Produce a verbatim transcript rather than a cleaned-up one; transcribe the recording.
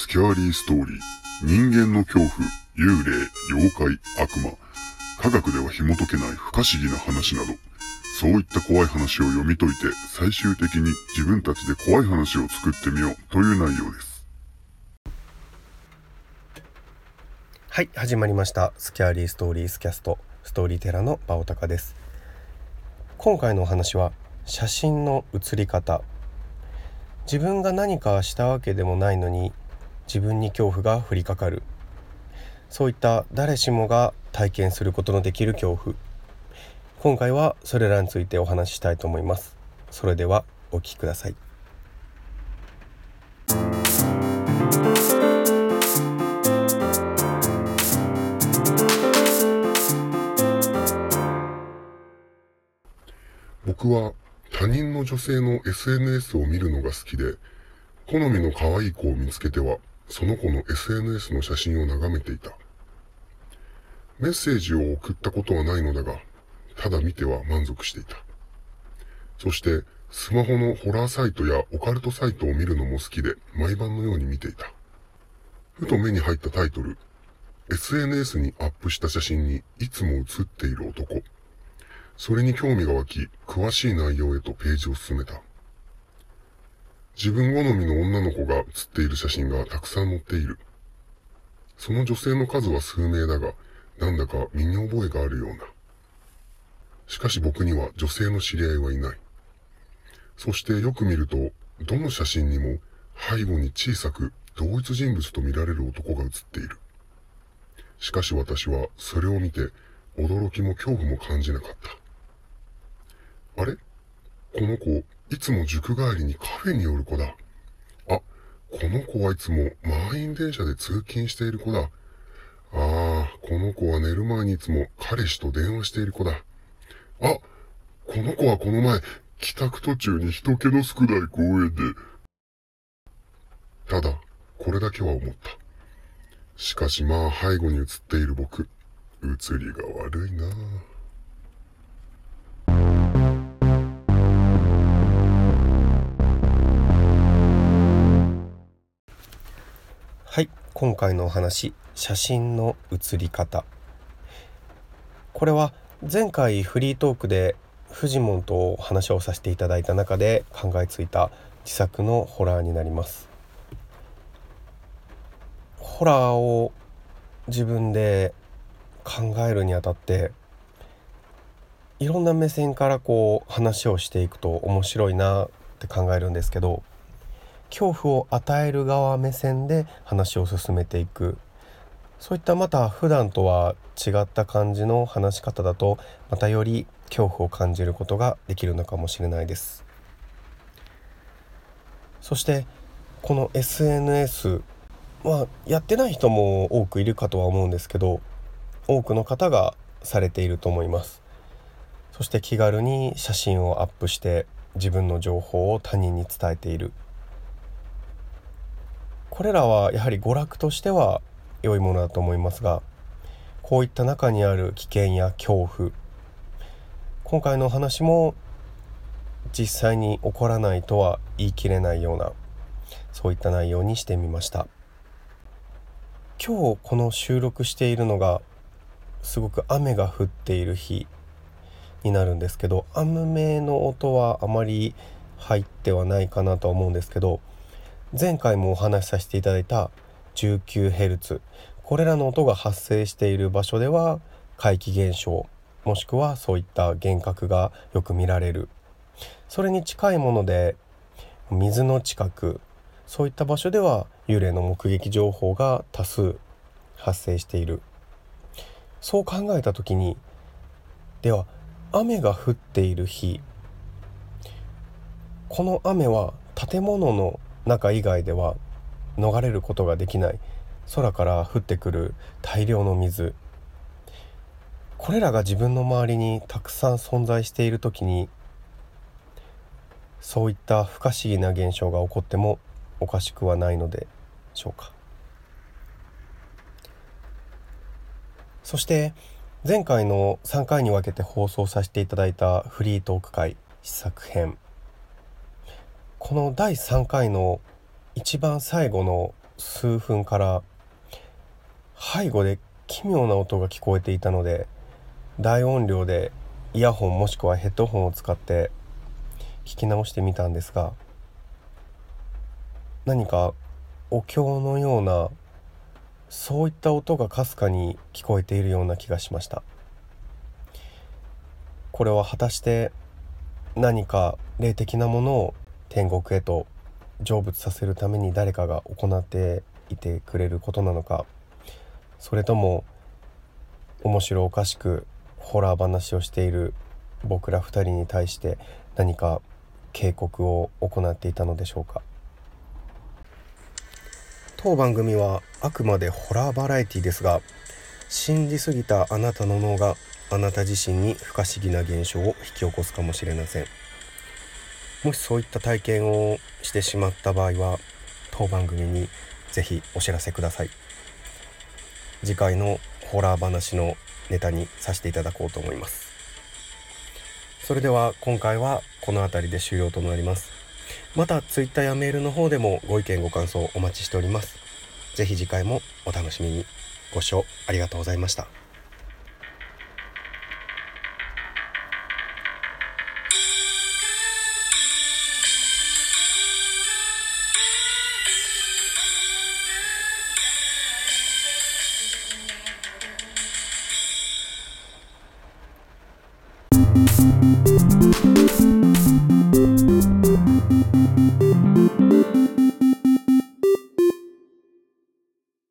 スキャーリーストーリー、人間の恐怖、幽霊、妖怪、悪魔、科学では紐解けない不可思議な話など、そういった怖い話を読み解いて、最終的に自分たちで怖い話を作ってみようという内容です。 はい、始まりました。スキャーリーストーリースキャスト、ストーリーテラーのバオタカです。今回のお話は、写真の写り方。自分が何かしたわけでもないのに、自分に恐怖が降りかかる。そういった誰しもが体験することのできる恐怖。今回はそれらについてお話ししたいと思います。それではお聞きください。 僕は他人の女性の エスエヌエス を見るのが好きで、好みの可愛い子を見つけては、その子の エスエヌエス の写真を眺めていた。メッセージを送ったことはないのだが、ただ見ては満足していた。そして、スマホのホラーサイトやオカルトサイトを見るのも好きで、毎晩のように見ていた。ふと目に入ったタイトル、エスエヌエス にアップした写真にいつも写っている男。それに興味が湧き、詳しい内容へとページを進めた。自分好みの女の子が写っている写真がたくさん載っている。その女性の数は数名だが、なんだか身に覚えがあるような。しかし僕には女性の知り合いはいない。そしてよく見ると、どの写真にも背後に小さく同一人物と見られる男が写っている。しかし私はそれを見て驚きも恐怖も感じなかった。あれ？この子、いつも塾帰りにカフェに寄る子だ。あ、この子はいつも満員電車で通勤している子だ。ああ、この子は寝る前にいつも彼氏と電話している子だ。あ、この子はこの前、帰宅途中に人気の少ない公園で。ただ、これだけは思った。しかしまあ背後に映っている僕、映りが悪いなぁ。 はい、今回のお話、写真の写り方。これは前回フリートークでフジモンと話をさせていただいた中で考えついた自作のホラーになります。ホラーを自分で考えるにあたって、いろんな目線からこう話をしていくと面白いなって考えるんですけど、恐怖を与える側目線で話を進めていく、そういったまた普段とは違った感じの話し方だと、またより恐怖を感じることができるのかもしれないです。そしてこの エスエヌエス、まあやってない人も多くいるかとは思うんですけど、多くの方がされていると思います。そして気軽に写真をアップして自分の情報を他人に伝えている。これらはやはり娯楽としては良いものだと思いますが、こういった中にある危険や恐怖、今回のお話も実際に起こらないとは言い切れないような、そういった内容にしてみました。今日この収録しているのがすごく雨が降っている日になるんですけど、雨の音はあまり入ってはないかなとは思うんですけど、前回もお話しさせていただいた じゅうきゅうヘルツ、 これらの音が発生している場所では怪奇現象、もしくはそういった幻覚がよく見られる。それに近いもので水の近く、そういった場所では幽霊の目撃情報が多数発生している。そう考えた時に、では雨が降っている日、この雨は建物の中以外では逃れることができない、空から降ってくる大量の水、これらが自分の周りにたくさん存在しているときに、そういった不可思議な現象が起こってもおかしくはないのでしょうか。そして前回のさんかいに分けて放送させていただいたフリートーク会試作編、このだいさんかいの一番最後の数分から背後で奇妙な音が聞こえていたので、大音量でイヤホンもしくはヘッドホンを使って聞き直してみたんですが、何かお経のようなそういった音がかすかに聞こえているような気がしました。これは果たして何か霊的なものを天国へと成仏させるために誰かが行っていてくれることなのか、それとも面白おかしくホラー話をしている僕ら二人に対して何か警告を行っていたのでしょうか。当番組はあくまでホラーバラエティですが、信じすぎたあなたの脳があなた自身に不可思議な現象を引き起こすかもしれません。もしそういった体験をしてしまった場合は、当番組にぜひお知らせください。次回のホラー話のネタにさせていただこうと思います。それでは今回はこの辺りで終了となります。またツイッターやメールの方でもご意見ご感想お待ちしております。ぜひ次回もお楽しみに。ご視聴ありがとうございました。